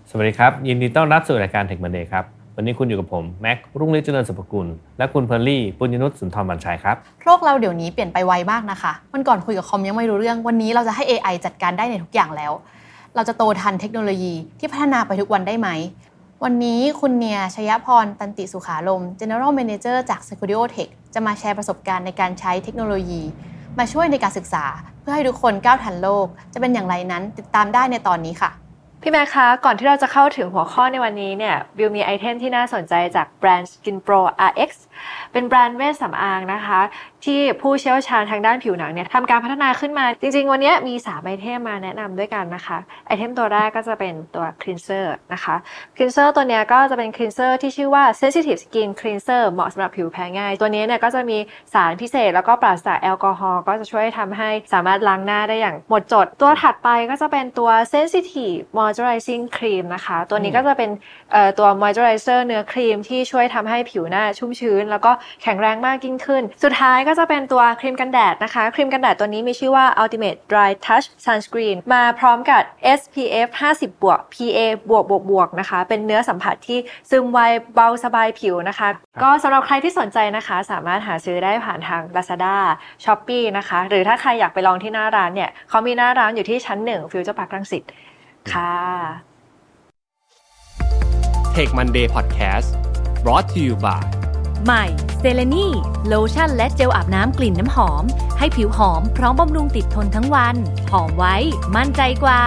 สวัสดีครับยินดีต้อนรับสู่รายการ Tech Monday ครับวันนี้คุณอยู่กับผมแม็กรุ่งฤทธิ์เจริญสุภกุลและคุณเพอร์ลี่ปุญญนุชสุนทรบรรชัยครับโลกเราเดี๋ยวนี้เปลี่ยนไปไวมากนะคะวันก่อนคุยกับคอมยังไม่รู้เรื่องวันนี้เราจะให้ AI จัดการได้ในทุกอย่างแล้วเราจะโตทันเทคโนโลยีที่พัฒนาไปทุกวันได้ไหมวันนี้คุณเนียชยพรตันติสุขารม General Manager จาก Secudio Tech จะมาแชร์ประสบการณ์ในการใช้เทคโนโลยีมาช่วยในการศึกษาเพื่อให้ทุกคนก้าวทันโลกจะเป็นอย่างไรนั้นติดตามได้ในตอนนี้ค่ะพี่แม่คะก่อนที่เราจะเข้าถึงหัวข้อในวันนี้เนี่ยบิวมีไอเทมที่น่าสนใจจากแบรนด์ Skin Pro RX เป็นแบรนด์เวชสำอางนะคะที่ผู้เชี่ยวชาญทางด้านผิวหนังเนี่ยทำการพัฒนาขึ้นมาจริงๆวันนี้มี3ไอเทมมาแนะนำด้วยกันนะคะไอเทมตัวแรกก็จะเป็นตัว Cleanser นะคะ Cleanser ตัวเนี้ยก็จะเป็น Cleanser ที่ชื่อว่า Sensitive Skin Cleanser เหมาะสำหรับผิวแพ้ง่ายตัวนี้เนี่ยก็จะมีสารพิเศษแล้วก็ปราศจากแอลกอฮอล์ก็จะช่วยทำให้สามารถล้างหน้าได้อย่างหมดจดตัวถัดไปก็จะเป็นตัว Sensitive Moisturizing Cream นะคะตัวนี้ก็จะเป็นตัว Moisturizer เนื้อครีมที่ช่วยทำให้ผิวหน้าชุ่มชื้นแล้วก็แข็งแรงมากยิ่งขึ้นสุดท้ายก็จะเป็นตัวครีมกันแดดนะคะครีมกันแดดตัวนี้มีชื่อว่า Ultimate Dry Touch Sunscreen มาพร้อมกับ SPF 50 บวก PA บวกนะคะเป็นเนื้อสัมผัสที่ซึมไวเบาสบายผิวนะคะก็สำหรับใครที่สนใจนะคะสามารถหาซื้อได้ผ่านทาง Lazada Shopee นะคะหรือถ้าใครอยากไปลองที่หน้าร้านเนี่ยเขามีหน้าร้านอยู่ที่ชั้น1 Future Park รังสิตค่ะ Tech Monday Podcast brought to you by ใหม่เซเลนีโลชั่นและเจลอาบน้ำกลิ่นน้ำหอมให้ผิวหอมพร้อมบำรุงติดทนทั้งวันหอมไว้มั่นใจกว่า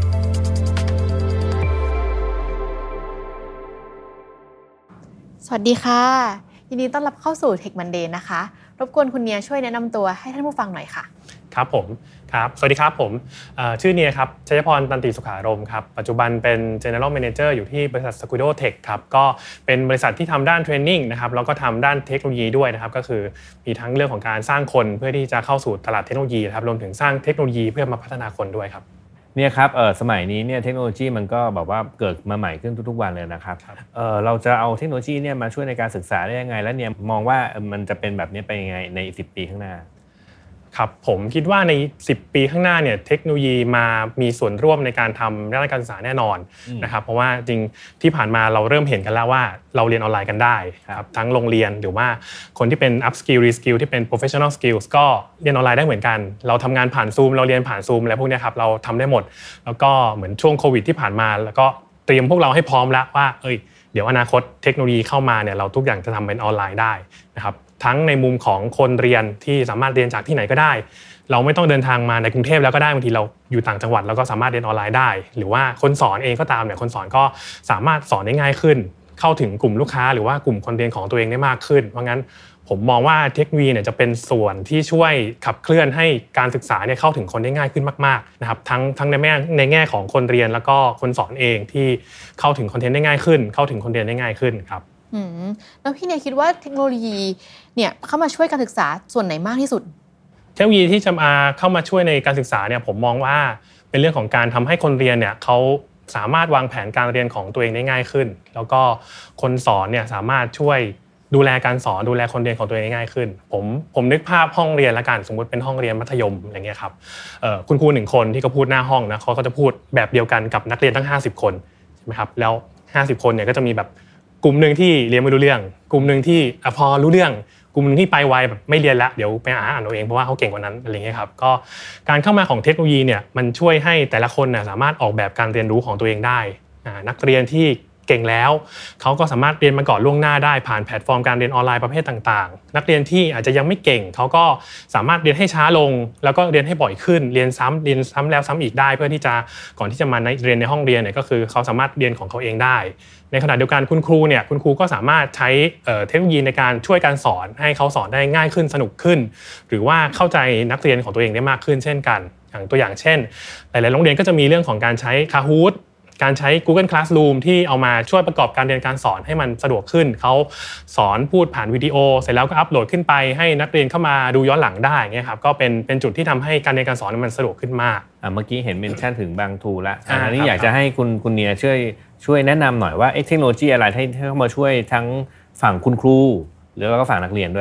สวัสดีค่ะยินดีต้อนรับเข้าสู่ Tech Monday นะคะรบกวนคุณเนียช่วยแนะนำตัวให้ท่านผู้ฟังหน่อยค่ะครับผมครับสวัสดีครับผมชื่อเนียครับชัยพรตันติสุขารมครับปัจจุบันเป็น General Manager อยู่ที่บริษัท Secudio Tech ครับก็เป็นบริษัทที่ทำด้านเทรนนิ่งนะครับแล้วก็ทำด้านเทคโนโลยีด้วยนะครับก็คือมีทั้งเรื่องของการสร้างคนเพื่อที่จะเข้าสู่ตลาดเทคโนโลยีครับรวมถึงสร้างเทคโนโลยีเพื่อมาพัฒนาคนด้วยครับเนี่ยครับสมัยนี้เนี่ยเทคโนโลยีมันก็แบบว่าเกิดมาใหม่ขึ้นทุกๆวันเลยนะครับเราจะเอาเทคโนโลยีเนี่ยมาช่วยในการศึกษาได้ยังไงและเนี่ยมองว่ามันจะเป็นแบบนี้ไปยังไงใน10 ปีข้างหน้าครับผมคิดว่าใน10 ปีข้างหน้าเนี่ยเทคโนโลยีมามีส่วนร่วมในการทำด้านการศึกษาแน่นอนนะครับเพราะว่าจริงที่ผ่านมาเราเริ่มเห็นกันแล้วว่าเราเรียนออนไลน์กันได้ครับทั้งโรงเรียนหรือว่าคนที่เป็น up skill re skill ที่เป็น professional skills ก็เรียนออนไลน์ได้เหมือนกันเราทำงานผ่าน Zoom เราเรียนผ่าน Zoom อะไรพวกนี้ครับเราทำได้หมดแล้วก็เหมือนช่วงโควิดที่ผ่านมาแล้วก็เตรียมพวกเราให้พร้อมแล้วว่าเดี๋ยวอนาคตเทคโนโลยีเข้ามาเนี่ยเราทุกอย่างจะทำเป็นออนไลน์ได้นะครับทั้งในมุมของคนเรียนที่สามารถเรียนจากที่ไหนก็ได้เราไม่ต้องเดินทางมาในกรุงเทพแล้วก็ได้บางทีเราอยู่ต่างจังหวัดเราก็สามารถเรียนออนไลน์ได้หรือว่าคนสอนเองก็ตามเนี่ยคนสอนก็สามารถสอนได้ง่ายขึ้นเข้าถึงกลุ่มลูกค้าหรือว่ากลุ่มคนเรียนของตัวเองได้มากขึ้นเพราะงั้นผมมองว่าเทคโนโลยีเนี่ยจะเป็นส่วนที่ช่วยขับเคลื่อนให้การศึกษาเนี่ยเข้าถึงคนได้ง่ายขึ้นมากๆนะครับทั้งในแง่ของคนเรียนแล้วก็คนสอนเองที่เข้าถึงคอนเทนต์ได้ง่ายขึ้นเข้าถึงคนเรียนได้ง่ายขึ้นครับแล้วพี่เนี่ยคิดว่าเทคโนโลยีเนี่ยเข้ามาช่วยการศึกษาส่วนไหนมากที่สุดเทคโนโลยีที่จะมาเข้ามาช่วยในการศึกษาเนี่ยผมมองว่าเป็นเรื่องของการทำให้คนเรียนเนี่ยเขาสามารถวางแผนการเรียนของตัวเองได้ง่ายขึ้นแล้วก็คนสอนเนี่ยสามารถช่วยดูแลการสอนดูแลคนเรียนของตัวเองได้ง่ายขึ้นผมนึกภาพห้องเรียนละกันสมมุติเป็นห้องเรียนมัธยมอะไรเงี้ยครับคุณครู1คนที่เขาพูดหน้าห้องนะเขาก็จะพูดแบบเดียวกันกับนักเรียนทั้ง50คนใช่มั้ยครับแล้ว50คนเนี่ยก็จะมีแบบกลุ่มนึงที่เรียนไม่รู้เรื่องกลุ่มนึงที่พอรู้เรื่องกลุ่มนึงที่ไปไวแบบไม่เรียนละเดี๋ยวไปอ่านเอาเองเพราะว่าเขาเก่งกว่านั้นอะไรเงี้ยครับก็การเข้ามาของเทคโนโลยีเนี่ยมันช่วยให้แต่ละคนน่ะสามารถออกแบบการเรียนรู้ของตัวเองได้นักเรียนที่เก่งแล้วเขาก็สามารถเรียนมาก่อนล่วงหน้าได้ผ่านแพลตฟอร์มการเรียนออนไลน์ประเภทต่างๆนักเรียนที่อาจจะยังไม่เก่งเขาก็สามารถเรียนให้ช้าลงแล้วก็เรียนให้บ่อยขึ้นเรียนซ้ำแล้วซ้ำอีกได้เพื่อที่จะก่อนที่จะมาเรียนในห้องเรียนเนี่ยก็คือเขาสามารถเรียนของเขาเองได้ในขณะเดียวกันคุณครูก็สามารถใช้เทคโนโลยีในการช่วยการสอนให้เขาสอนได้ง่ายขึ้นสนุกขึ้นหรือว่าเข้าใจนักเรียนของตัวเองได้มากขึ้นเช่นกันอย่างตัวอย่างเช่นหลายๆโรงเรียนก็จะมีเรื่องของการใช้ Kahootการใช้ Google Classroom ที่เอามาช่วยประกอบการเรียนการสอนให้มันสะดวกขึ้นเขาสอนพูดผ่านวิดีโอเสร็จแล้วก็อัปโหลดขึ้นไปให้นักเรียนเข้ามาดูย้อนหลังได้เงี้ยครับก็เป็นจุดที่ทำให้การเรียนการสอนมันสะดวกขึ้นมากเมื่อกี้เห็นเมนชั่นถึงบางทูแล้วอันนี้อยากจะให้คุณเนียช่วยแนะนำหน่อยว่าเทคโนโลยีอะไรที่เข้ามาช่วยทั้งฝั่งคุณครูหรือแล้วก็ฝั่งนักเรียนด้วยครับ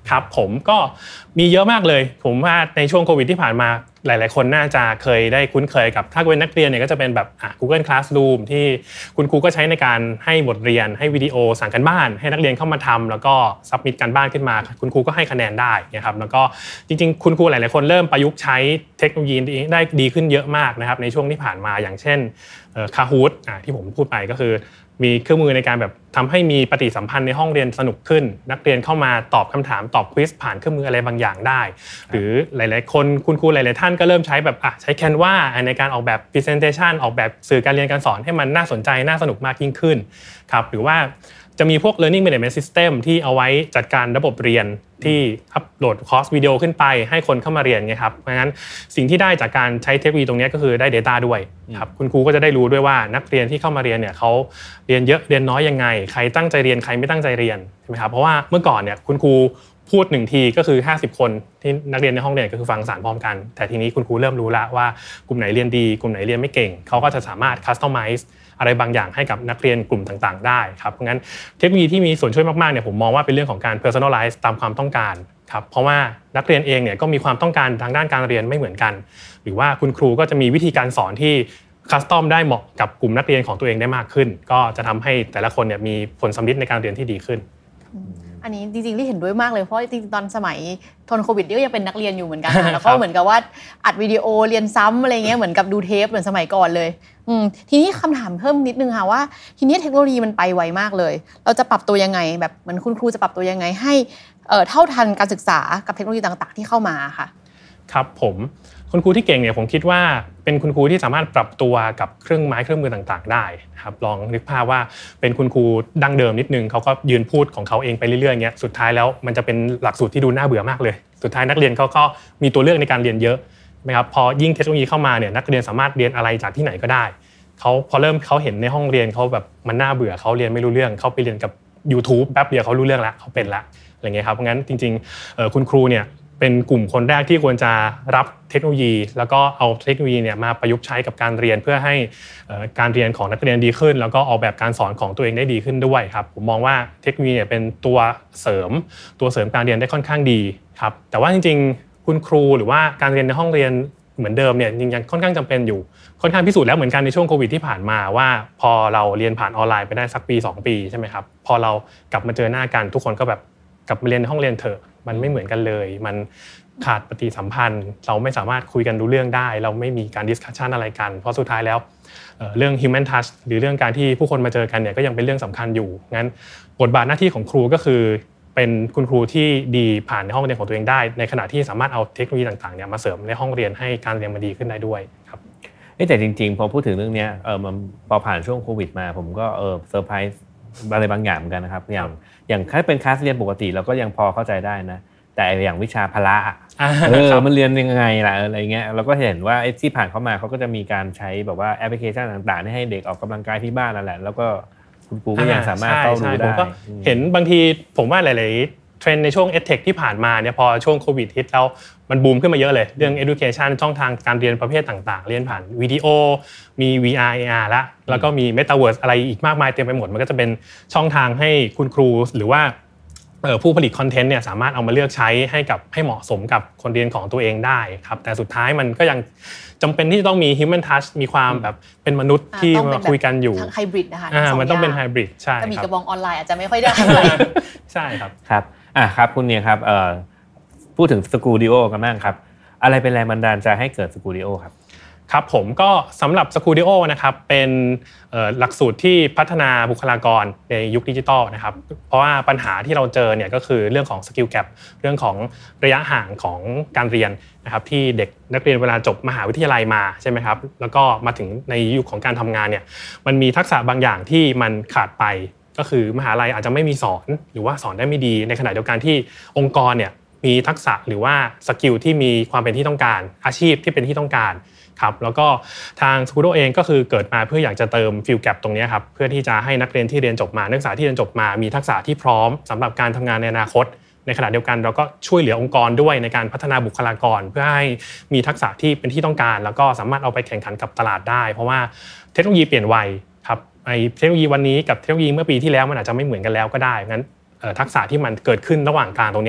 ครับผมก็มีเยอะมากเลยผมว่าในช่วงโควิดที่ผ่านมาหลายๆคนน่าจะเคยได้คุ้นเคยกับถ้าเป็นนักเรียนเนี่ยก็จะเป็นแบบGoogle Classroom ที่คุณครูก็ใช้ในการให้บทเรียนให้วิดีโอสั่งการบ้านให้นักเรียนเข้ามาทำแล้วก็ซับมิตการบ้านขึ้นมาคุณครูก็ให้คะแนนได้นะครับแล้วก็จริงๆคุณครูหลายๆคนเริ่มประยุกต์ใช้เทคโนโลยีได้ดีขึ้นเยอะมากนะครับในช่วงที่ผ่านมาอย่างเช่นKahoot ที่ผมพูดไปก็คือมีเครื่องมือในการแบบทำให้มีปฏิสัมพันธ์ในห้องเรียนสนุกขึ้นนักเรียนเข้ามาตอบคำถามตอบควิซผ่านเครื่องมืออะไรบางอย่างได้หรือหลายๆคนคุณครูหลายๆท่านก็เริ่มใช้แบบใช้ Canva ในการออกแบบ presentation ออกแบบสื่อการเรียนการสอนให้มันน่าสนใจน่าสนุกมากยิ่งขึ้นครับหรือว่าจะมีพวก learning management system ที่เอาไว้จัดการระบบเรียนที่อัปโหลดคอร์สวิดีโอขึ้นไปให้คนเข้ามาเรียนไงครับเพราะงั้นสิ่งที่ได้จากการใช้เทคโนโลยีตรงนี้ก็คือได้ data ด้วยครับคุณครูก็จะได้รู้ด้วยว่านักเรียนที่เข้ามาเรียนเนี่ยเขาเรียนเยอะเรียนน้อยยังไงใครตั้งใจเรียนใครไม่ตั้งใจเรียนใช่ไหมครับเพราะว่าเมื่อก่อนเนี่ยคุณครูพูด1ทีก็คือ50คนที่นักเรียนในห้องเรียนก็คือฟังสารพร้อมกันแต่ทีนี้คุณครูเริ่มรู้แล้วว่ากลุ่มไหนเรียนดีกลุ่มไหนเรียนไม่เก่งเขาก็จะสามารถ customizeอะไรบางอย่างให้กับนักเรียนกลุ่มต่างๆได้ครับเพราะงั้นเทคโนโลยีที่มีส่วนช่วยมากๆเนี่ยผมมองว่าเป็นเรื่องของการ personalize ตามความต้องการครับเพราะว่านักเรียนเองเนี่ยก็มีความต้องการทางด้านการเรียนไม่เหมือนกันหรือว่าคุณครูก็จะมีวิธีการสอนที่คัสตอมได้เหมาะกับกลุ่มนักเรียนของตัวเองได้มากขึ้นก็จะทำให้แต่ละคนเนี่ยมีผลสัมฤทธิ์ในการเรียนที่ดีขึ้นอันนี้จริงๆที่เห็นด้วยมากเลยเพราะจริงๆตอนสมัยทนโควิดก็ยังเป็นนักเรียนอยู่เหมือนกันแล้วก็เหมือนกับว่าอัดวิดีโอเรียนซ้ำอะไรเงี้ยเหมือนกับดูเทปเหมือนสมัยก่อนเลยทีนี้คำถามเพิ่มนิดนึงค่ะว่าทีนี้เทคโนโลยีมันไปไวมากเลยเราจะปรับตัวยังไงแบบเหมือนคุณครูจะปรับตัวยังไงให้เท่าทันการศึกษากับเทคโนโลยีต่างๆที่เข้ามาค่ะครับผมคุณครูที่เก่งเนี่ยผมคิดว่าเป็นคุณครูที่สามารถปรับตัวกับเครื่องไม้เครื่องมือต่างๆได้ครับลองนึกภาพว่าเป็นคุณครูดั้งเดิมนิดนึงเขาก็ยืนพูดของเขาเองไปเรื่อยๆอย่างเงี้ยสุดท้ายแล้วมันจะเป็นหลักสูตรที่ดูน่าเบื่อมากเลยสุดท้ายนักเรียนเขาก็มีตัวเลือกในการเรียนเยอะนะครับพอยิ่งเทคโนโลยีเข้ามาเนี่ยนักเรียนสามารถเรียนอะไรจากที่ไหนก็ได้พอเริ่มเขาเห็นในห้องเรียนเขาแบบมันน่าเบื่อเขาเรียนไม่รู้เรื่องเขาไปเรียนกับ YouTube แป๊บเดียวเขารู้เรื่องแล้วเขาเป็นละอะไรเงี้ยครับเพราะงั้นจริงๆคุณครูเนี่ยเป็นกลุ่มคนแรกที่ควรจะรับเทคโนโลยีแล้วก็เอาเทคโนโลยีเนี่ยมาประยุกต์ใช้กับการเรียนเพื่อให้การเรียนของนักเรียนดีขึ้นแล้วก็ออกแบบการสอนของตัวเองได้ดีขึ้นด้วยครับผมมองว่าเทคโนโลยีเนี่ยเป็นตัวเสริมการเรียนได้ค่อนข้างดีครับแต่ว่าจริงๆคุณครูหรือว่าการเรียนในห้องเรียนเหมือนเดิมเนี่ยยังค่อนข้างจำเป็นอยู่ค่อนข้างพิสูจน์แล้วเหมือนกันในช่วงโควิดที่ผ่านมาว่าพอเราเรียนผ่านออนไลน์ไปได้สักปี2ปีใช่ไหมครับพอเรากลับมาเจอหน้ากันทุกคนก็แบบกลับมาเรียนในห้องเรียนเถอะมันไม่เหมือนกันเลยมันขาดปฏิสัมพันธ์เราไม่สามารถคุยกันรู้เรื่องได้เราไม่มีการดิสคัสชันอะไรกันเพราะสุดท้ายแล้วเรื่อง human touch หรือเรื่องการที่ผู้คนมาเจอกันเนี่ยก็ยังเป็นเรื่องสำคัญอยู่งั้นบทบาทหน้าที่ของครูก็คือเป็นคุณครูที่ดีผ่านในห้องเรียนของตัวเองได้ในขณะที่สามารถเอาเทคโนโลยีต่างๆเนี่ยมาเสริมในห้องเรียนให้การเรียนมันดีขึ้นได้ด้วยครับแต่จริงๆพอพูดถึงเรื่องนี้พอผ่านช่วงโควิดมาผมก็เซอร์ไพรส์อะไรบางอย่างเหมือนกันนะครับอย่างถ้าเป็นคลาสเรียนปกติเราก็ยังพอเข้าใจได้นะแต่อย่างวิชาพละมันเรียนยังไงล่ะอะไรเงี้ยเราก็เห็นว่าที่ผ่านเข้ามาเขาก็จะมีการใช้แบบว่าแอปพลิเคชันต่างๆให้เด็กออกกำลังกายที่บ้านนั่นแหละแล้วก็คุณครูก็ยังสามารถเข้าดูได้ผมก็เห็นบางทีผมว่าหลายๆเทรนด์ในช่วง EdTech ที่ผ่านมาเนี่ยพอช่วงโควิดฮิตแล้วมันบูมขึ้นมาเยอะเลยเรื่อง education ช่องทางการเรียนประเภทต่างๆเรียนผ่านวิดีโอมี VR AR แล้วก็มี Metaverse อะไรอีกมากมายเต็มไปหมดมันก็จะเป็นช่องทางให้คุณครูหรือว่าผู้ผลิตคอนเทนต์เนี่ยสามารถเอามาเลือกใช้ให้เหมาะสมกับคนเรียนของตัวเองได้ครับแต่สุดท้ายมันก็ยังจำเป็นที่ต้องมี human touch มีความแบบเป็นมนุษย์ที่มาคุยกันอยู่ไฮบริดนะคะมันต้องเป็นไฮบริดใช่ครับมีกระบองออนไลน์อาจจะไม่ค่อยได้ใช่ครับครับครับคุณเนี่ยครับพูดถึงสกูดิโอกันบ้างครับอะไรเป็นแรงบันดาลใจให้เกิดสกูดิโอครับครับผมก็สำหรับสกูดิโอนะครับเป็นหลักสูตรที่พัฒนาบุคลากรในยุคดิจิทัลนะครับเพราะว่าปัญหาที่เราเจอเนี่ยก็คือเรื่องของสกิลแกปเรื่องของระยะห่างของการเรียนนะครับที่เด็กนักเรียนเวลาจบมหาวิทยาลัยมาใช่ไหมครับแล้วก็มาถึงในยุคของการทำงานเนี่ยมันมีทักษะบางอย่างที่มันขาดไปก็คือมหาลัยอาจจะไม่มีสอนหรือว่าสอนได้ไม่ดีในขณะเดียวกันที่องค์กรเนี่ยมีทักษะหรือว่าสกิลที่มีความเป็นที่ต้องการอาชีพที่เป็นที่ต้องการครับแล้วก็ทางสกูโดเองก็คือเกิดมาเพื่ออยากจะเติมฟิลแกปตรงนี้ครับเพื่อที่จะให้นักเรียนที่เรียนจบมานักศึกษาที่เรียนจบมามีทักษะที่พร้อมสำหรับการทำงานในอนาคตในขณะเดียวกันเราก็ช่วยเหลือองค์กรด้วยในการพัฒนาบุคลากรเพื่อให้มีทักษะที่เป็นที่ต้องการแล้วก็สามารถเอาไปแข่งขันกับตลาดได้เพราะว่าเทคโนโลยีเปลี่ยนไวครับไอ้เทคโนโลยีวันนี้กับเทคโนโลยีเมื่อปีที่แล้วมันอาจจะไม่เหมือนกันแล้วก็ได้งั้นทักษะที่มันเกิดขึ้นระหว่างกลางตรงนี้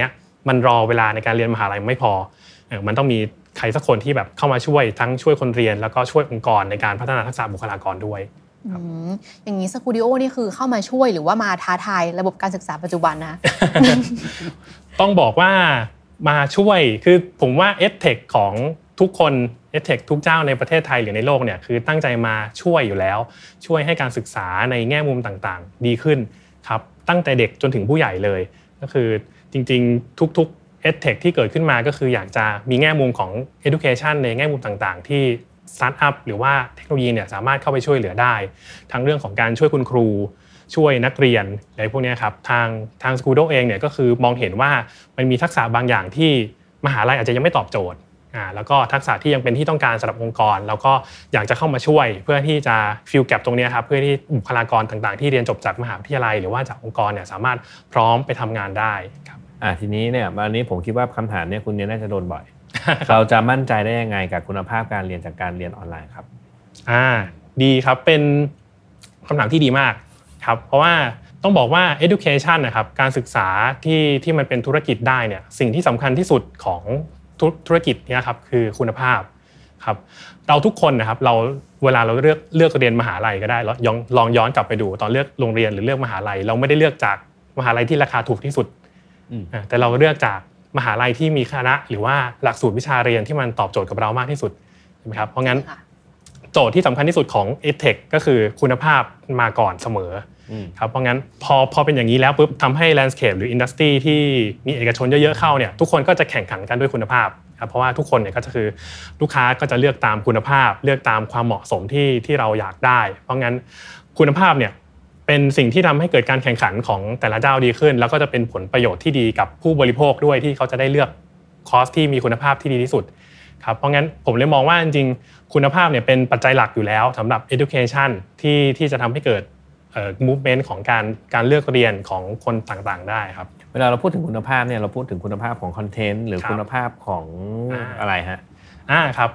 มันรอเวลาในการเรียนมหาลัยไม่พอมันต้องมีใครสักคนที่แบบเข้ามาช่วยทั้งช่วยคนเรียนแล้วก็ช่วยองค์กรในการพัฒนาทักษะบุคลากรด้วยอย่างนี้สกูดิโอนี่คือเข้ามาช่วยหรือว่ามาท้าทายระบบการศึกษาปัจจุบันนะต้องบอกว่ามาช่วยคือผมว่า EdTech ของทุกคน EdTech ทุกเจ้าในประเทศไทยหรือในโลกเนี่ยคือตั้งใจมาช่วยอยู่แล้วช่วยให้การศึกษาในแง่มุมต่างๆดีขึ้นครับตั้งแต่เด็กจนถึงผู้ใหญ่เลยก็คือจริงๆทุกๆ EdTech ที่เกิดขึ้นมาก็คืออยากจะมีแง่มุมของ Education ในแง่มุมต่างๆที่สตาร์ทอัพหรือว่าเทคโนโลยีเนี่ยสามารถเข้าไปช่วยเหลือได้ทั้งเรื่องของการช่วยคุณครูช่วยนักเรียนอะไรพวกนี้ครับทาง Scudo เองเนี่ยก็คือมองเห็นว่ามันมีทักษะบางอย่างที่มหาลัยอาจจะยังไม่ตอบโจทย์แล้วก็ทักษะที่ยังเป็นที่ต้องการสำหรับองค์กรแล้วก็อยากจะเข้ามาช่วยเพื่อที่จะฟิลแกปตรงนี้ครับเพื่อที่บุคลากรต่างๆที่เรียนจบจากมหาวิทยาลัยหรือว่าจากองค์กรเนี่ยสามารถพร้อมไปทำงานได้ครับทีนี้เนี่ยวันนี้ผมคิดว่าคำถามเนี่ยคุณเนี่ยน่าจะโดนบ่อย เราจะมั่นใจได้ยังไงกับคุณภาพการเรียนจากการเรียนออนไลน์ครับดีครับเป็นคำถามที่ดีมากครับเพราะว่าต้องบอกว่า education นะครับการศึกษาที่มันเป็นธุรกิจได้เนี่ยสิ่งที่สำคัญที่สุดของธุรกิจเนี่ยครับคือคุณภาพครับเราทุกคนนะครับเราเวลาเราเลือกเรียนมหาลัยก็ได้ลองย้อนกลับไปดูตอนเลือกโรงเรียนหรือเลือกมหาลัยเราไม่ได้เลือกจากมหาลัยที่ราคาถูกที่สุดแต่เราเลือกจากมหาลัยที่มีคณะหรือว่าหลักสูตรวิชาเรียนที่มันตอบโจทย์กับเรามากที่สุดใช่ไหมครับเพราะงั้นโจทย์ที่สำคัญที่สุดของ EdTech ก็คือคุณภาพมาก่อนเสมอครับเพราะงั้นพอเป็นอย่างนี้แล้วปุ๊บทำให้ landscape หรือ industry ที่มีเอกชนเยอะๆเข้าเนี่ยทุกคนก็จะแข่งขันกันด้วยคุณภาพครับเพราะว่าทุกคนเนี่ยก็จะคือลูกค้าก็จะเลือกตามคุณภาพเลือกตามความเหมาะสมที่เราอยากได้เพราะงั้นคุณภาพเนี่ยเป็นสิ่งที่ทำให้เกิดการแข่งขันของแต่ละเจ้าดีขึ้นแล้วก็จะเป็นผลประโยชน์ที่ดีกับผู้บริโภคด้วยที่เขาจะได้เลือกคอร์สที่มีคุณภาพที่ดีที่สุดครับเพราะงั้นผมเลยมองว่าจริงๆคุณภาพเนี่ยเป็นปัจจัยหลักอยู่แล้วสำหรับ education ที่จะทำให้เกิดmovement ของการเลือกเรียนของคนต่างๆได้ครับเวลาเราพูดถึงคุณภาพเนี่ยเราพูดถึงคุณภาพของคอนเทนต์หรือคุณภาพของอะไรฮะครับ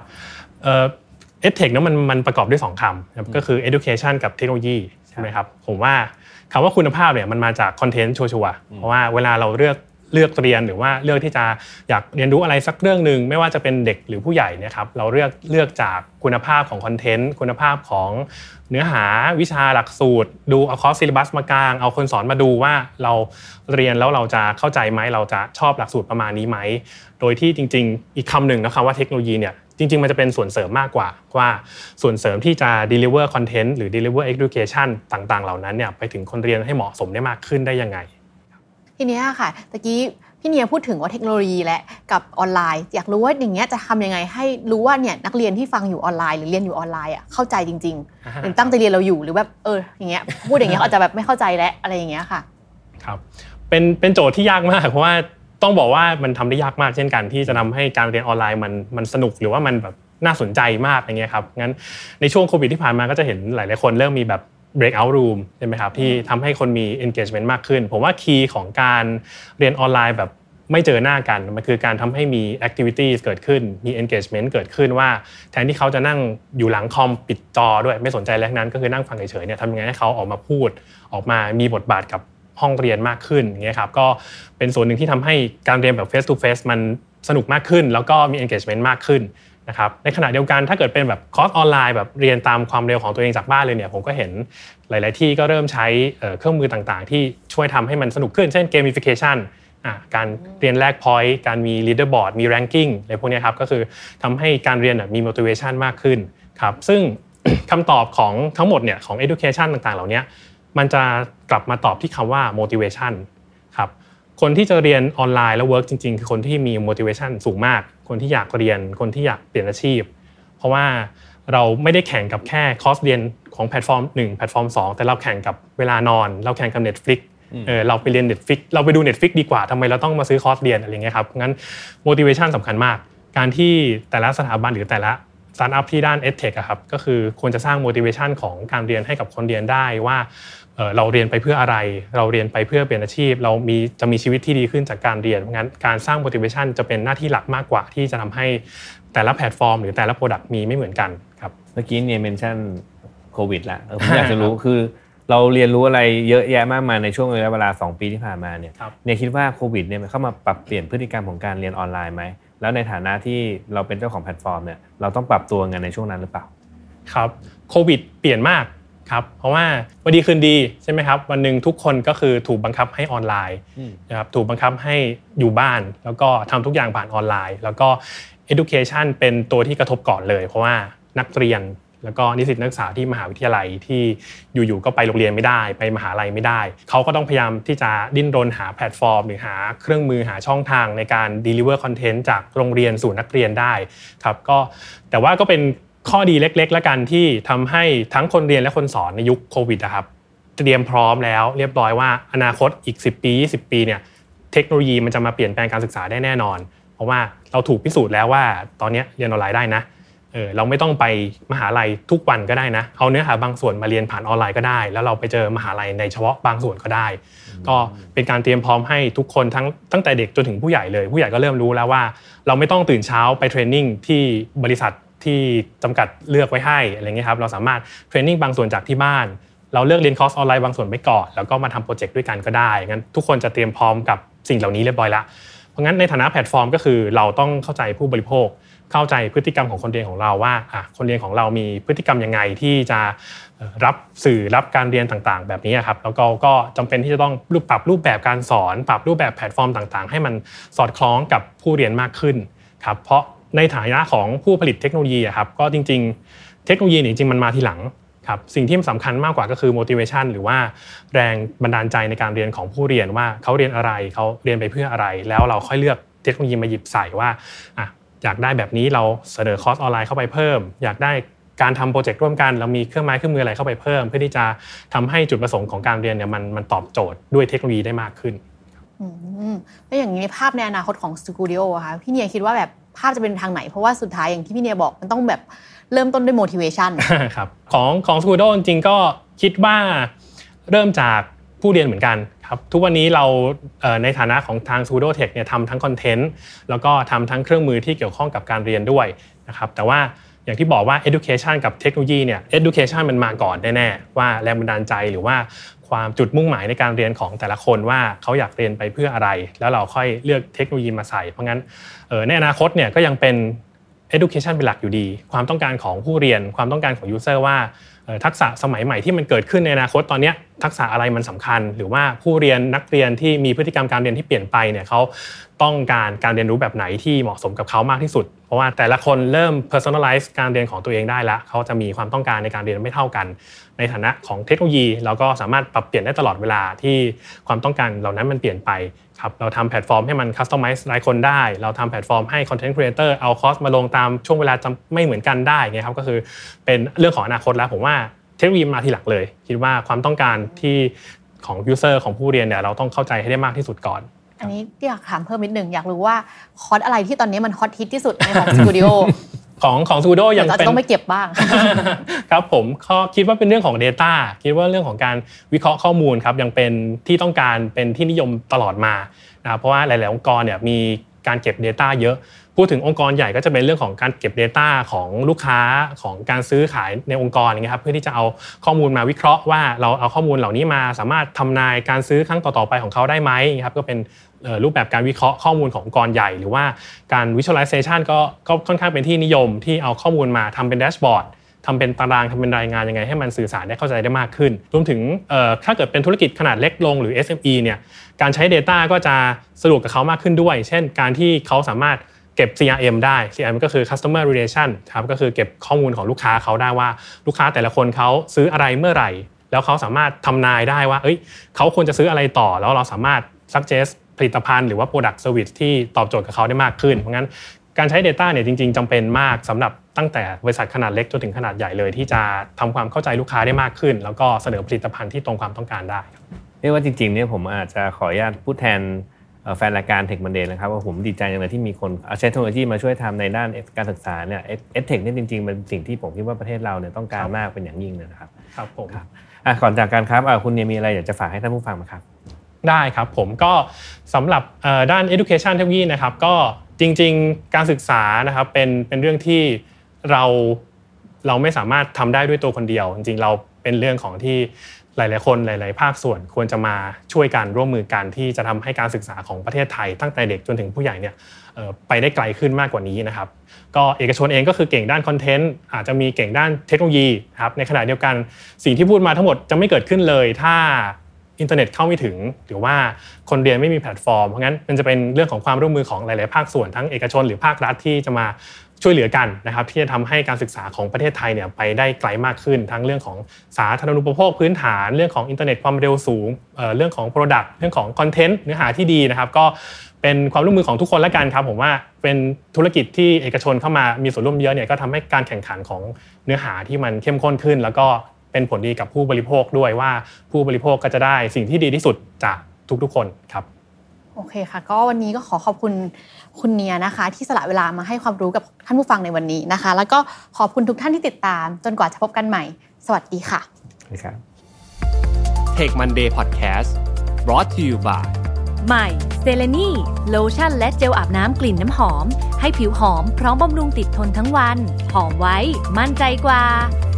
EdTech เนี่ยมันประกอบด้วย2คำก็คือ education กับเทคโนโลยีใช่ไหมครับผมว่าคำว่าคุณภาพเนี่ยมันมาจากคอนเทนต์ชัวร์ๆเพราะว่าเวลาเราเลือกเรียนหรือว่าเลือกที่จะอยากเรียนรู้อะไรสักเรื่องนึงไม่ว่าจะเป็นเด็กหรือผู้ใหญ่เนี่ยครับเราเลือกจากคุณภาพของคอนเทนต์คุณภาพของเนื้อหาวิชาหลักสูตรดูเอาคอร์สซิลลัสมากางเอาคนสอนมาดูว่าเราเรียนแล้วเราจะเข้าใจไหมเราจะชอบหลักสูตรประมาณนี้ไหมโดยที่จริงๆอีกคำหนึ่งนะครับว่าเทคโนโลยีเนี่ยจริงๆมันจะเป็นส่วนเสริมมากกว่าส่วนเสริมที่จะ deliver content หรือ deliver education ต่างๆเหล่านั้นเนี่ยไปถึงคนเรียนให้เหมาะสมได้มากขึ้นได้ยังไงทีนี้ค่ะตะกี้พี่เนียพูดถึงว่าเทคโนโลยีและกับออนไลน์อยากรู้ว่าอย่างเงี้ยจะทำยังไงให้รู้ว่าเนี่ยนักเรียนที่ฟังอยู่ออนไลน์หรือเรียนอยู่ออนไลน์เข้าใจจริงๆหรือตั้งใจเรียนเราอยู่หรือแบบอย่างเงี้ยพูดอย่างเงี้ยอาจจะแบบไม่เข้าใจแล้วอะไรอย่างเงี้ยค่ะครับเป็นโจทย์ที่ยากมากเพราะว่าต้องบอกว่ามันทำได้ยากมากเช่นกันที่จะทำให้การเรียนออนไลน์มันสนุกหรือว่ามันแบบน่าสนใจมากอย่างเงี้ยครับงั้นในช่วงโควิดที่ผ่านมาก็จะเห็นหลายๆคนเริ่มมีแบบ breakout room ใช่ไหมครับที่ทำให้คนมี engagement มากขึ้นผมว่าคีย์ของการเรียนออนไลน์แบบไม่เจอหน้ากันมันคือการทำให้มี activities เกิดขึ้นมี engagement เกิดขึ้นว่าแทนที่เขาจะนั่งอยู่หลังคอมปิดจอด้วยไม่สนใจอะไรนั้นก็คือนั่งฟังเฉยๆเนี่ยทำยังไงให้เขาออกมาพูดออกมามีบทบาทกับห้องเรียนมากขึ้นอย่างเงี้ยครับก็เป็นส่วนหนึ่งที่ทำให้การเรียนแบบ face to face มันสนุกมากขึ้นแล้วก็มี engagement มากขึ้นนะครับในขณะเดียวกันถ้าเกิดเป็นแบบคอร์สออนไลน์แบบเรียนตามความเร็วของตัวเองจากบ้านเลยเนี่ยผมก็เห็นหลายๆที่ก็เริ่มใช้เครื่องมือต่างๆที่ช่วยทำให้มันสนุกขึ้นเช่น gamification การเรียนแลก point การมี leaderboard มี ranking อะไรพวกนี้ครับก็คือทำให้การเรียนมี motivation มากขึ้นครับซึ่ง คำตอบของทั้งหมดเนี่ยของ education ต่างๆเหล่านี้มันจะกลับมาตอบที่คำว่า motivation ครับคนที่จะเรียนออนไลน์แล้ว work จริงๆคือคนที่มี motivation สูงมากคนที่อยากเรียนคนที่อยากเปลี่ยนอาชีพเพราะว่าเราไม่ได้แข่งกับแค่คอร์สเรียนของแพลตฟอร์ม1แพลตฟอร์ม2แต่เราแข่งกับเวลานอนเราแข่งกับ Netflix เราไปเรียน Netflix เราไปดู Netflix ดีกว่าทำไมเราต้องมาซื้อคอร์สเรียนอะไรเงี้ยครับงั้น motivation สำคัญมากการที่แต่ละสถาบันหรือแต่ละสตาร์ทอัพที่ด้าน EdTech ครับก็คือควรจะสร้าง motivation ของการเรียนให้กับคนเรียนได้ว่าเราเรียนไปเพื่ออะไรเราเรียนไปเพื่อเปลี่ยนอาชีพเราจะมีชีวิตที่ดีขึ้นจากการเรียนเพราะงั้นการสร้าง motivation จะเป็นหน้าที่หลักมากกว่าที่จะทำให้แต่ละแพลตฟอร์มหรือแต่ละ product มีไม่เหมือนกันครับเมื่อกี้เนี่ยเมนชั่นโควิดละผมอยากจะรู้คือเราเรียนรู้อะไรเยอะแยะมากมายในช่วงระยะเวลา2ปีที่ผ่านมาเนี่ยคิดว่าโควิดเนี่ยมันเข้ามาปรับเปลี่ยนพฤติกรรมของการเรียนออนไลน์ไหมแล้วในฐานะที่เราเป็นเจ้าของแพลตฟอร์มเนี่ยเราต้องปรับตัวกันในช่วงนั้นหรือเปล่าครับโควิดเปลี่ยนมากครับเพราะว่าวันดีคืนดีใช่ไหมครับวันนึงทุกคนก็คือถูกบังคับให้ออนไลน์นะครับถูกบังคับให้อยู่บ้านแล้วก็ทำทุกอย่างผ่านออนไลน์แล้วก็ education เป็นตัวที่กระทบก่อนเลยเพราะว่านักเรียนแล้วก็นิสิตนักศึกษาที่มหาวิทยาลัยที่อยู่ๆก็ไปโรงเรียนไม่ได้ไปมหาลัยไม่ได้เขาก็ต้องพยายามที่จะดิ้นรนหาแพลตฟอร์มหรือหาเครื่องมือหาช่องทางในการ deliver content จากโรงเรียนสู่นักเรียนได้ครับก็แต่ว่าก็เป็นข้อดีเล็กๆละกันที่ทำให้ทั้งคนเรียนและคนสอนในยุคโควิดนะครับเตรียมพร้อมแล้วเรียบร้อยว่าอนาคตอีก10ปี20ปีเนี่ยเทคโนโลยีมันจะมาเปลี่ยนแปลงการศึกษาได้แน่นอนเพราะว่าเราถูกพิสูจน์แล้วว่าตอนนี้เรียนออนไลน์ได้นะเราไม่ต้องไปมหาลัยทุกวันก็ได้นะเอาเนื้อหาบางส่วนมาเรียนผ่านออนไลน์ก็ได้แล้วเราไปเจอมหาลัยในเฉพาะบางส่วนก็ได้ก็เป็นการเตรียมพร้อมให้ทุกคนตั้งแต่เด็กจนถึงผู้ใหญ่เลยผู้ใหญ่ก็เริ่มรู้แล้วว่าเราไม่ต้องตื่นเช้าไปเทรนนิ่งที่บริษัทที่จำกัดเลือกไว้ให้อะไรเงี้ยครับเราสามารถเทรนนิ่งบางส่วนจากที่บ้านเราเลือกเรียนคอร์สออนไลน์บางส่วนไปก่อนแล้วก็มาทำโปรเจกต์ด้วยกันก็ได้งั้นทุกคนจะเตรียมพร้อมกับสิ่งเหล่านี้เรียบร้อยแล้วเพราะงั้นในฐานะแพลตฟอร์มก็คือเราต้องเข้าใจผู้บริโภคเข้าใจพฤติกรรมของคนเรียนของเราว่าคนเรียนของเรามีพฤติกรรมยังไงที่จะรับสื่อรับการเรียนต่างๆแบบนี้ครับแล้วก็จำเป็นที่จะต้องปรับรูปแบบการสอนปรับรูปแบบแพลตฟอร์มต่างๆให้มันสอดคล้องกับผู้เรียนมากขึ้นครับเพราะในฐานะของผู้ผลิตเทคโนโลยีครับก็จริงๆเทคโนโลยีจริงๆมันมาทีหลังครับสิ่งที่สำคัญมากกว่าก็คือ motivation หรือว่าแรงบันดาลใจในการเรียนของผู้เรียนว่าเขาเรียนอะไรเขาเรียนไปเพื่ออะไรแล้วเราค่อยเลือกเทคโนโลยีมาหยิบใส่ว่าอยากได้แบบนี้เราเสนอคอร์สออนไลน์เข้าไปเพิ่มอยากได้การทำโปรเจกต์ร่วมกันเรามีเครื่องไม้เครื่องมืออะไรเข้าไปเพิ่มเพื่อที่จะทำให้จุดประสงค์ของการเรียนเนี่ยมันตอบโจทย์ด้วยเทคโนโลยีได้มากขึ้นแล้วอย่างนี้ภาพในอนาคตของสตูดิโอค่ะพี่เนียคิดว่าแบบภาพจะเป็นทางไหนเพราะว่าสุดท้ายอย่างที่พี่เนียบอกมันต้องแบบเริ่มต้นด้วย motivation ครับของสตูดิโอจริงๆก็คิดว่าเริ่มจากผู้เรียนเหมือนกันครับทุกวันนี้เราในฐานะของทาง Studio Tech เนี่ยทำทั้งคอนเทนต์แล้วก็ทำทั้งเครื่องมือที่เกี่ยวข้องกับการเรียนด้วยนะครับแต่ว่าอย่างที่บอกว่า education กับเทคโนโลยีเนี่ย education มันมาก่อนแน่ๆว่าแรงบันดาลใจหรือว่าความจุดมุ่งหมายในการเรียนของแต่ละคนว่าเขาอยากเรียนไปเพื่ออะไรแล้วเราค่อยเลือกเทคโนโลยีมาใส่เพราะงั้นในอนาคตเนี่ยก็ยังเป็น education เป็นหลักอยู่ดีความต้องการของผู้เรียนความต้องการของ user ว่าทักษะสมัยใหม่ที่มันเกิดขึ้นในอนาคตตอนนี้ทักษะอะไรมันสำคัญหรือว่าผู้เรียนนักเรียนที่มีพฤติกรรมการเรียนที่เปลี่ยนไปเนี่ยเขาต้องการการเรียนรู้แบบไหนที่เหมาะสมกับเขามากที่สุดเพราะว่าแต่ละคนเริ่ม personalize การเรียนของตัวเองได้แล้วเขาจะมีความต้องการในการเรียนไม่เท่ากันในฐานะของเทคโนโลยีเราก็สามารถปรับเปลี่ยนได้ตลอดเวลาที่ความต้องการเหล่านั้นมันเปลี่ยนไปครับเราทำแพลตฟอร์มให้มัน customize รายคนได้เราทำแพลตฟอร์มให้ content creator เอาคอร์สมาลงตามช่วงเวลาไม่เหมือนกันได้เงี้ยครับก็คือเป็นเรื่องของอนาคตแล้วผมว่าเทคโนโลยีมาทีหลังเลยคิดว่าความต้องการที่ของ user ของผู้เรียนเนี่ยเราต้องเข้าใจให้ได้มากที่สุดก่อนอันนี้อยากถามเพิ่มนิดนึงอยากรู้ว่าคอร์สอะไรที่ตอนนี้มันฮอตฮิตที่สุดในของสตูดิโอของสตูดิโอยังเป็นต้องไปเก็บบ้างครับผมคิดว่าเป็นเรื่องของ data คิดว่าเรื่องของการวิเคราะห์ข้อมูลครับยังเป็นที่ต้องการเป็นที่นิยมตลอดมานะเพราะว่าหลายๆองค์กรเนี่ยมีการเก็บ data เยอะพูดถึงองค์กรใหญ่ก็จะเป็นเรื่องของการเก็บ data ของลูกค้าของการซื้อขายในองค์กรอย่างเงี้ยครับเพื่อที่จะเอาข้อมูลมาวิเคราะห์ว่าเราเอาข้อมูลเหล่านี้มาสามารถทำนายการซื้อครั้งต่อๆไปของเขาได้ไหมครับก็เป็นรูปแบบการวิเคราะห์ข้อมูลขององค์กรใหญ่หรือว่าการ visualization ก็ค่อนข้างเป็นที่นิยมที่เอาข้อมูลมาทำเป็นแดชบอร์ดทำเป็นตารางทำเป็นรายงานยังไงให้มันสื่อสารได้เข้าใจได้มากขึ้นรวมถึงถ้าเกิดเป็นธุรกิจขนาดเล็กลงหรือ SME เนี่ยการใช้ data ก็จะสะดวกกับเขามากขึ้นด้วยเช่นการที่เขาสามารถเก็บ CRM ได้ CRM ก็คือ customer relation ครับก็คือเก็บข้อมูลของลูกค้าเขาได้ว่าลูกค้าแต่ละคนเขาซื้ออะไรเมื่อไหร่แล้วเขาสามารถทำนายได้ว่าเขาควรจะซื้ออะไรต่อแล้วเราสามารถ suggest ผลิตภัณฑ์หรือว่า product service ที่ตอบโจทย์กับเขาได้มากขึ้นเพราะงั้นการใช้ data เนี่ยจริงๆจำเป็นมากสำหรับตั้งแต่บริษัทขนาดเล็กจนถึงขนาดใหญ่เลยที่จะทำความเข้าใจลูกค้าได้มากขึ้นแล้วก็เสนอผลิตภัณฑ์ที่ตรงความต้องการได้เรียกว่าจริงๆเนี่ยผมอาจจะขออนุญาตพูดแทนแฟนรายการ Tech Monday นะครับว่าผมดีใจจังเลยที่มีคนเอาเทคโนโลยีมาช่วยทำในด้านการศึกษาเนี่ยEdTechเนี่ยจริงๆเป็นสิ่งที่ผมคิดว่าประเทศเราเนี่ยต้องการมากเป็นอย่างยิ่งเลยนะครับครับผมก่อนจากการครับคุณเนี่ยมีอะไรอยากจะฝากให้ท่านผู้ฟังมั้ยครับได้ครับผมก็สำหรับด้าน Education Technology นะครับก็จริงๆการศึกษานะครับเป็นเรื่องที่เราไม่สามารถทำได้ด้วยตัวคนเดียวจริงๆเราเป็นเรื่องของที่หลายๆคนหลายๆภาคส่วนควรจะมาช่วยกันร่วมมือกันที่จะทำให้การศึกษาของประเทศไทยตั้งแต่เด็กจนถึงผู้ใหญ่เนี่ยไปได้ไกลขึ้นมากกว่านี้นะครับก็เอกชนเองก็คือเก่งด้านคอนเทนต์อาจจะมีเก่งด้านเทคโนโลยีครับในขณะเดียวกันสิ่งที่พูดมาทั้งหมดจะไม่เกิดขึ้นเลยถ้าอินเทอร์เน็ตเข้าไม่ถึงหรือว่าคนเรียนไม่มีแพลตฟอร์มเพราะงั้นมันจะเป็นเรื่องของความร่วมมือของหลายๆภาคส่วนทั้งเอกชนหรือภาครัฐที่จะมาช่วยเหลือกันนะครับที่จะทำให้การศึกษาของประเทศไทยเนี่ยไปได้ไกลมากขึ้นทั้งเรื่องของสาธารณูปโภคพื้นฐานเรื่องของอินเทอร์เน็ตความเร็วสูงเรื่องของ Product เรื่องของคอนเทนต์เนื้อหาที่ดีนะครับก็เป็นความร่วมมือของทุกคนละกันครับผมว่าเป็นธุรกิจที่เอกชนเข้ามามีส่วนร่วมเยอะเนี่ยก็ทำให้การแข่งขันของเนื้อหาที่มันเข้มข้นขึ้นแล้วก็เป็นผลดีกับผู้บริโภคด้วยว่าผู้บริโภคก็จะได้สิ่งที่ดีที่สุดจากทุกๆคนครับโอเคค่ะก็วันนี้ก็ขอบคุณคุณเนียนะคะที่สละเวลามาให้ความรู้กับท่านผู้ฟังในวันนี้นะคะแล้วก็ขอบคุณทุกท่านที่ติดตามจนกว่าจะพบกันใหม่สวัสดีค่ะสวัสดีครับ Take Monday Podcast brought to you by ใหม่เซเลนีโลชั่นและเจลอาบน้ำกลิ่นน้ำหอมให้ผิวหอมพร้อมบำรุงติดทนทั้งวันหอมไว้มั่นใจกว่า